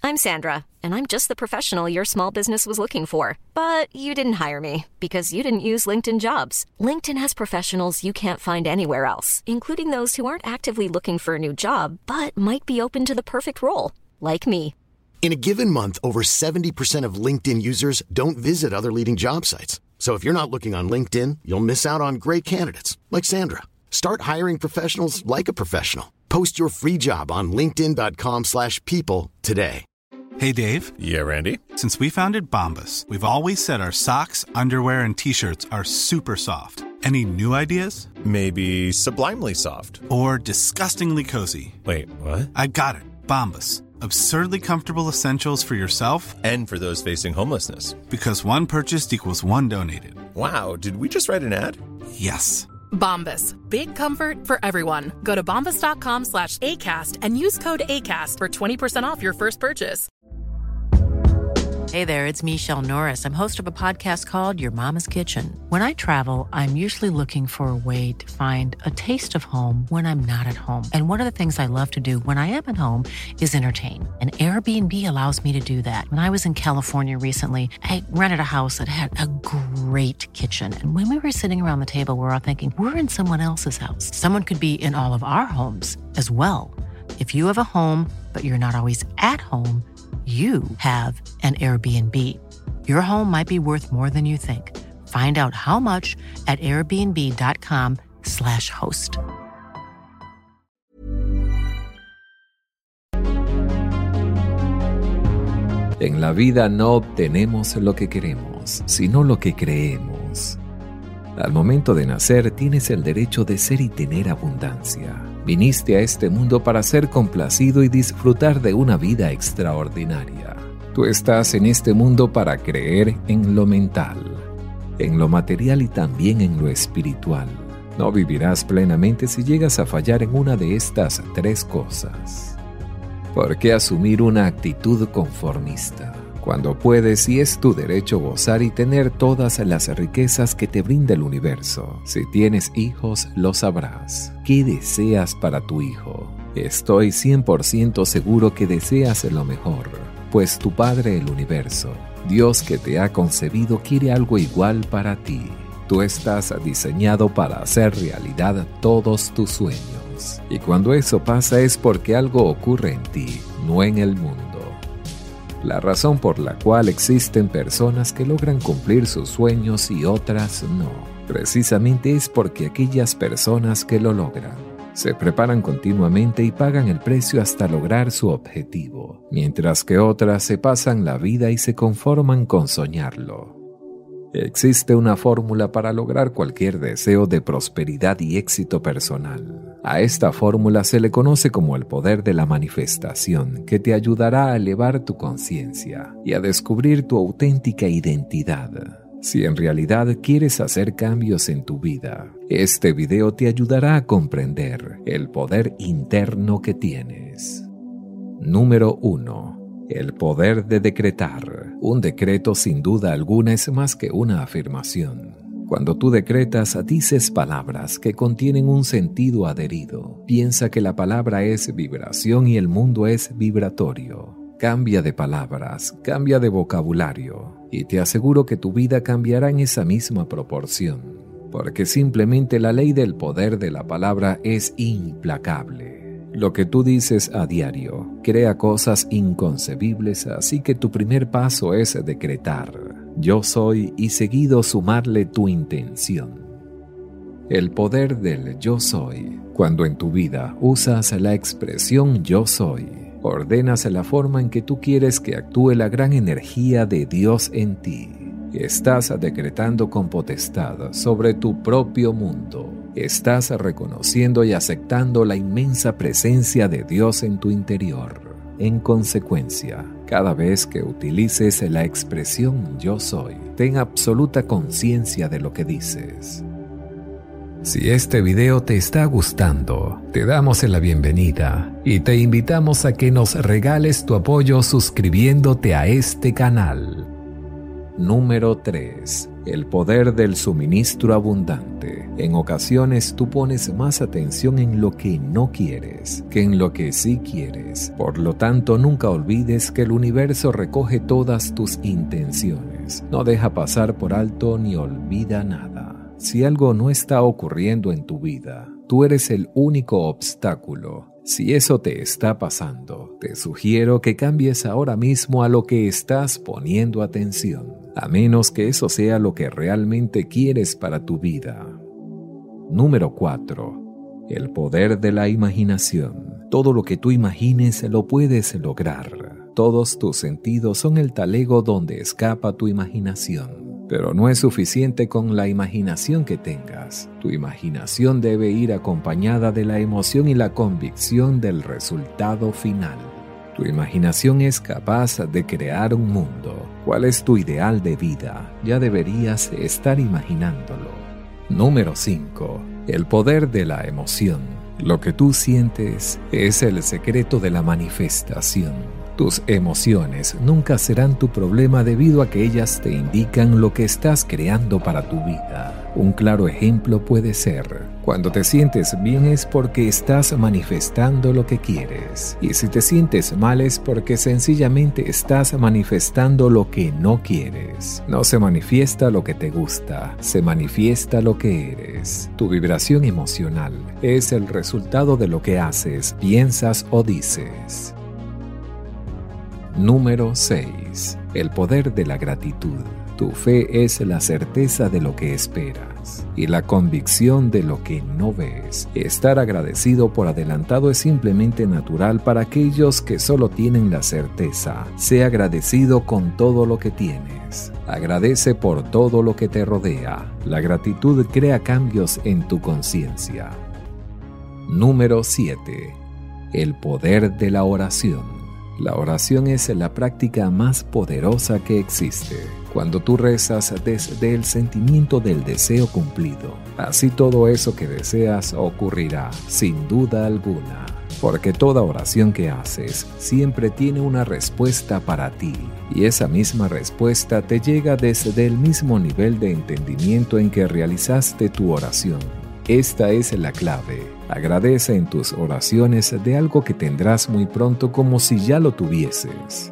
I'm Sandra, and I'm just the professional your small business was looking for. But you didn't hire me because you didn't use LinkedIn Jobs. LinkedIn has professionals you can't find anywhere else, including those who aren't actively looking for a new job, but might be open to the perfect role, like me. In a given month, over 70% of LinkedIn users don't visit other leading job sites. So if you're not looking on LinkedIn, you'll miss out on great candidates like Sandra. Start hiring professionals like a professional. Post your free job on linkedin.com/people today. Hey, Dave. Yeah, Randy. Since we founded Bombas, we've always said our socks, underwear, and T-shirts are super soft. Any new ideas? Maybe sublimely soft. Or disgustingly cozy. Wait, what? I got it. Bombas. Absurdly comfortable essentials for yourself and for those facing homelessness. Because one purchased equals one donated. Wow, did we just write an ad? Yes. Bombas. Big comfort for everyone. Go to bombas.com/ACAST and use code ACAST for 20% off your first purchase. Hey there, it's Michelle Norris. I'm host of a podcast called Your Mama's Kitchen. When I travel, I'm usually looking for a way to find a taste of home when I'm not at home. And one of the things I love to do when I am at home is entertain. And Airbnb allows me to do that. When I was in California recently, I rented a house that had a great kitchen. And when we were sitting around the table, we were all thinking, we're in someone else's house. Someone could be in all of our homes as well. If you have a home, but you're not always at home, you have an Airbnb. Your home might be worth more than you think. Find out how much at airbnb.com/host. En la vida no obtenemos lo que queremos, sino lo que creemos. Al momento de nacer tienes el derecho de ser y tener abundancia. Viniste a este mundo para ser complacido y disfrutar de una vida extraordinaria. Tú estás en este mundo para creer en lo mental, en lo material y también en lo espiritual. No vivirás plenamente si llegas a fallar en una de estas tres cosas. ¿Por qué asumir una actitud conformista? Cuando puedes y es tu derecho gozar y tener todas las riquezas que te brinda el universo. Si tienes hijos, lo sabrás. ¿Qué deseas para tu hijo? Estoy 100% seguro que deseas lo mejor, pues tu Padre el universo, Dios que te ha concebido, quiere algo igual para ti. Tú estás diseñado para hacer realidad todos tus sueños. Y cuando eso pasa es porque algo ocurre en ti, no en el mundo. La razón por la cual existen personas que logran cumplir sus sueños y otras no, precisamente es porque aquellas personas que lo logran se preparan continuamente y pagan el precio hasta lograr su objetivo, mientras que otras se pasan la vida y se conforman con soñarlo. Existe una fórmula para lograr cualquier deseo de prosperidad y éxito personal. A esta fórmula se le conoce como el poder de la manifestación, que te ayudará a elevar tu conciencia y a descubrir tu auténtica identidad. Si en realidad quieres hacer cambios en tu vida, este video te ayudará a comprender el poder interno que tienes. Número 1. El poder de decretar. Un decreto sin duda alguna es más que una afirmación. Cuando tú decretas, dices palabras que contienen un sentido adherido. Piensa que la palabra es vibración y el mundo es vibratorio. Cambia de palabras, cambia de vocabulario y te aseguro que tu vida cambiará en esa misma proporción, porque simplemente la ley del poder de la palabra es implacable. Lo que tú dices a diario crea cosas inconcebibles, así que tu primer paso es decretar yo soy y seguido sumarle tu intención. El poder del yo soy. Cuando en tu vida usas la expresión yo soy, ordenas la forma en que tú quieres que actúe la gran energía de Dios en ti. Estás decretando con potestad sobre tu propio mundo. Estás reconociendo y aceptando la inmensa presencia de Dios en tu interior. En consecuencia, cada vez que utilices la expresión yo soy, ten absoluta conciencia de lo que dices. Si este video te está gustando, te damos la bienvenida y te invitamos a que nos regales tu apoyo suscribiéndote a este canal. Número 3. el poder del suministro abundante. En ocasiones tú pones más atención en lo que no quieres que en lo que sí quieres. Por lo tanto, nunca olvides que el universo recoge todas tus intenciones. No deja pasar por alto ni olvida nada. Si algo no está ocurriendo en tu vida, tú eres el único obstáculo. Si eso te está pasando, te sugiero que cambies ahora mismo a lo que estás poniendo atención, a menos que eso sea lo que realmente quieres para tu vida. Número 4. El poder de la imaginación. Todo lo que tú imagines lo puedes lograr. Todos tus sentidos son el talego donde escapa tu imaginación. Pero no es suficiente con la imaginación que tengas. Tu imaginación debe ir acompañada de la emoción y la convicción del resultado final. Tu imaginación es capaz de crear un mundo. ¿Cuál es tu ideal de vida? Ya deberías estar imaginándolo. Número 5. El poder de la emoción. Lo que tú sientes es el secreto de la manifestación. Tus emociones nunca serán tu problema debido a que ellas te indican lo que estás creando para tu vida. Un claro ejemplo puede ser, cuando te sientes bien es porque estás manifestando lo que quieres. Y si te sientes mal es porque sencillamente estás manifestando lo que no quieres. No se manifiesta lo que te gusta, se manifiesta lo que eres. Tu vibración emocional es el resultado de lo que haces, piensas o dices. Número 6. El poder de la gratitud. Tu fe es la certeza de lo que esperas y la convicción de lo que no ves. Estar agradecido por adelantado es simplemente natural para aquellos que solo tienen la certeza. Sé agradecido con todo lo que tienes. Agradece por todo lo que te rodea. La gratitud crea cambios en tu conciencia. Número 7. El poder de la oración. La oración es la práctica más poderosa que existe. Cuando tú rezas desde el sentimiento del deseo cumplido, así todo eso que deseas ocurrirá, sin duda alguna. Porque toda oración que haces siempre tiene una respuesta para ti, y esa misma respuesta te llega desde el mismo nivel de entendimiento en que realizaste tu oración. Esta es la clave. Agradece en tus oraciones de algo que tendrás muy pronto como si ya lo tuvieses.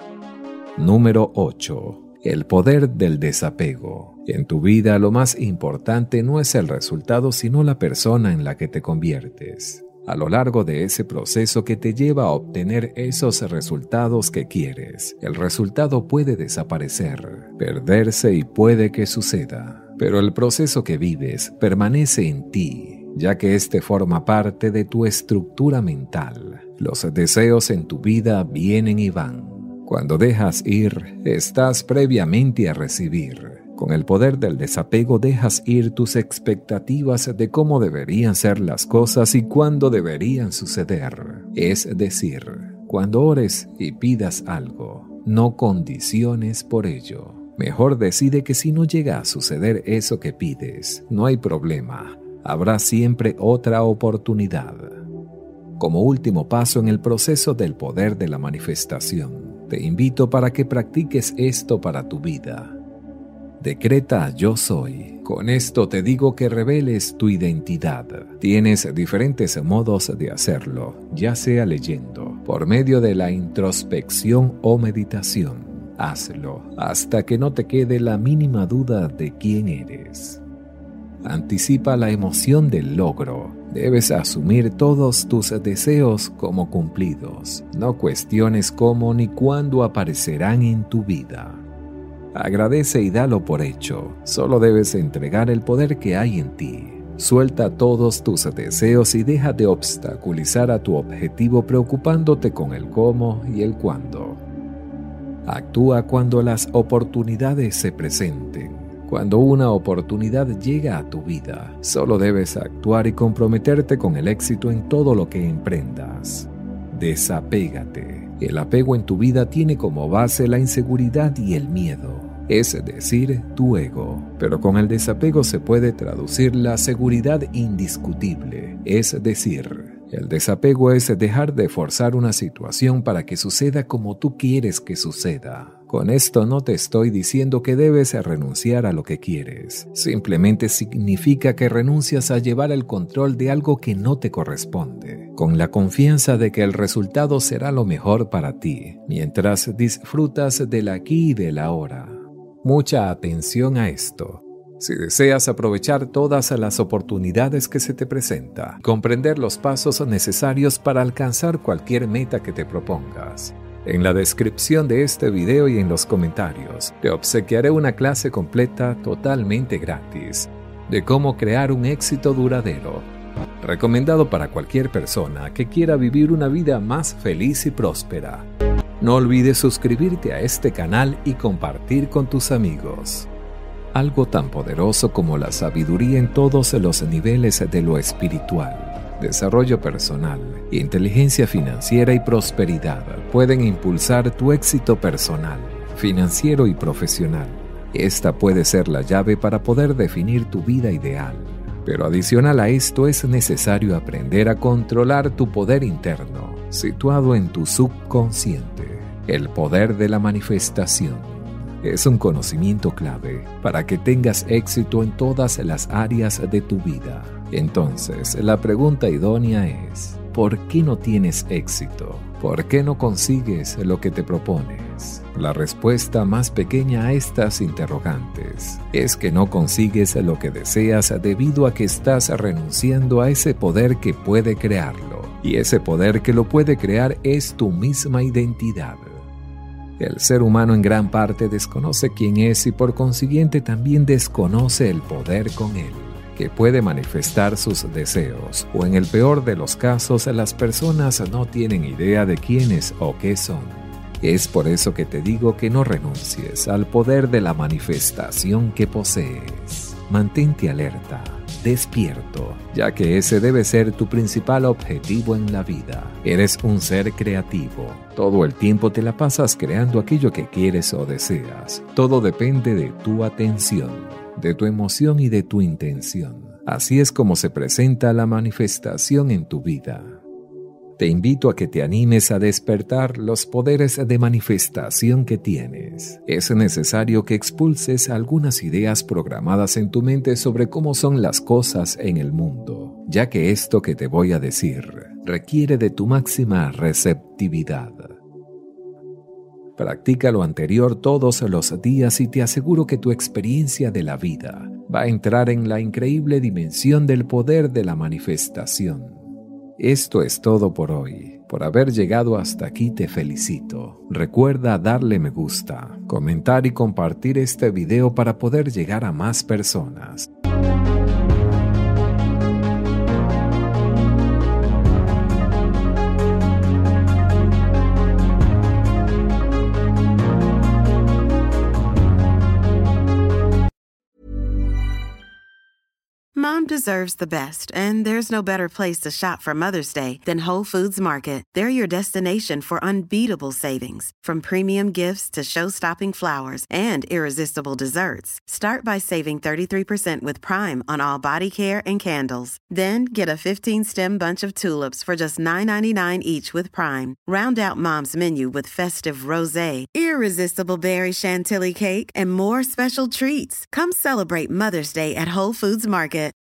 Número 8. El poder del desapego. En tu vida lo más importante no es el resultado sino la persona en la que te conviertes. A lo largo de ese proceso que te lleva a obtener esos resultados que quieres, el resultado puede desaparecer, perderse y puede que suceda. Pero el proceso que vives permanece en ti, ya que este forma parte de tu estructura mental. Los deseos en tu vida vienen y van. Cuando dejas ir, estás previamente a recibir. Con el poder del desapego dejas ir tus expectativas de cómo deberían ser las cosas y cuándo deberían suceder. Es decir, cuando ores y pidas algo, no condiciones por ello. Mejor decide que si no llega a suceder eso que pides, no hay problema. Habrá siempre otra oportunidad. Como último paso en el proceso del poder de la manifestación, te invito para que practiques esto para tu vida. Decreta yo soy. Con esto te digo que reveles tu identidad. Tienes diferentes modos de hacerlo, ya sea leyendo, por medio de la introspección o meditación. Hazlo hasta que no te quede la mínima duda de quién eres. Anticipa la emoción del logro. Debes asumir todos tus deseos como cumplidos. No cuestiones cómo ni cuándo aparecerán en tu vida. Agradece y dalo por hecho. Solo debes entregar el poder que hay en ti. Suelta todos tus deseos y deja de obstaculizar a tu objetivo preocupándote con el cómo y el cuándo. Actúa cuando las oportunidades se presenten. Cuando una oportunidad llega a tu vida, solo debes actuar y comprometerte con el éxito en todo lo que emprendas. Desapégate. El apego en tu vida tiene como base la inseguridad y el miedo, es decir, tu ego. Pero con el desapego se puede traducir la seguridad indiscutible, es decir, el desapego es dejar de forzar una situación para que suceda como tú quieres que suceda. Con esto no te estoy diciendo que debes renunciar a lo que quieres. Simplemente significa que renuncias a llevar el control de algo que no te corresponde, con la confianza de que el resultado será lo mejor para ti, mientras disfrutas del aquí y del ahora. Mucha atención a esto. Si deseas aprovechar todas las oportunidades que se te presenta, comprender los pasos necesarios para alcanzar cualquier meta que te propongas. En la descripción de este video y en los comentarios, te obsequiaré una clase completa totalmente gratis de cómo crear un éxito duradero, recomendado para cualquier persona que quiera vivir una vida más feliz y próspera. No olvides suscribirte a este canal y compartir con tus amigos. Algo tan poderoso como la sabiduría en todos los niveles de lo espiritual, desarrollo personal, inteligencia financiera y prosperidad pueden impulsar tu éxito personal, financiero y profesional. Esta puede ser la llave para poder definir tu vida ideal. Pero adicional a esto es necesario aprender a controlar tu poder interno, situado en tu subconsciente. El poder de la manifestación es un conocimiento clave para que tengas éxito en todas las áreas de tu vida. Entonces, la pregunta idónea es, ¿por qué no tienes éxito? ¿Por qué no consigues lo que te propones? La respuesta más pequeña a estas interrogantes es que no consigues lo que deseas debido a que estás renunciando a ese poder que puede crearlo. Y ese poder que lo puede crear es tu misma identidad. El ser humano en gran parte desconoce quién es y por consiguiente también desconoce el poder con él, que puede manifestar sus deseos, o en el peor de los casos, las personas no tienen idea de quiénes o qué son. Es por eso que te digo que no renuncies al poder de la manifestación que posees. Mantente alerta, despierto, ya que ese debe ser tu principal objetivo en la vida. Eres un ser creativo. Todo el tiempo te la pasas creando aquello que quieres o deseas. Todo depende de tu atención, de tu emoción y de tu intención. Así es como se presenta la manifestación en tu vida. Te invito a que te animes a despertar los poderes de manifestación que tienes. Es necesario que expulses algunas ideas programadas en tu mente sobre cómo son las cosas en el mundo, ya que esto que te voy a decir requiere de tu máxima receptividad. Practica lo anterior todos los días y te aseguro que tu experiencia de la vida va a entrar en la increíble dimensión del poder de la manifestación. Esto es todo por hoy. Por haber llegado hasta aquí te felicito. Recuerda darle me gusta, comentar y compartir este video para poder llegar a más personas. Mom deserves the best, and there's no better place to shop for Mother's Day than Whole Foods Market. They're your destination for unbeatable savings, from premium gifts to show-stopping flowers and irresistible desserts. Start by saving 33% with Prime on all body care and candles. Then get a 15-stem bunch of tulips for just $9.99 each with Prime. Round out Mom's menu with festive rosé, irresistible berry chantilly cake, and more special treats. Come celebrate Mother's Day at Whole Foods Market.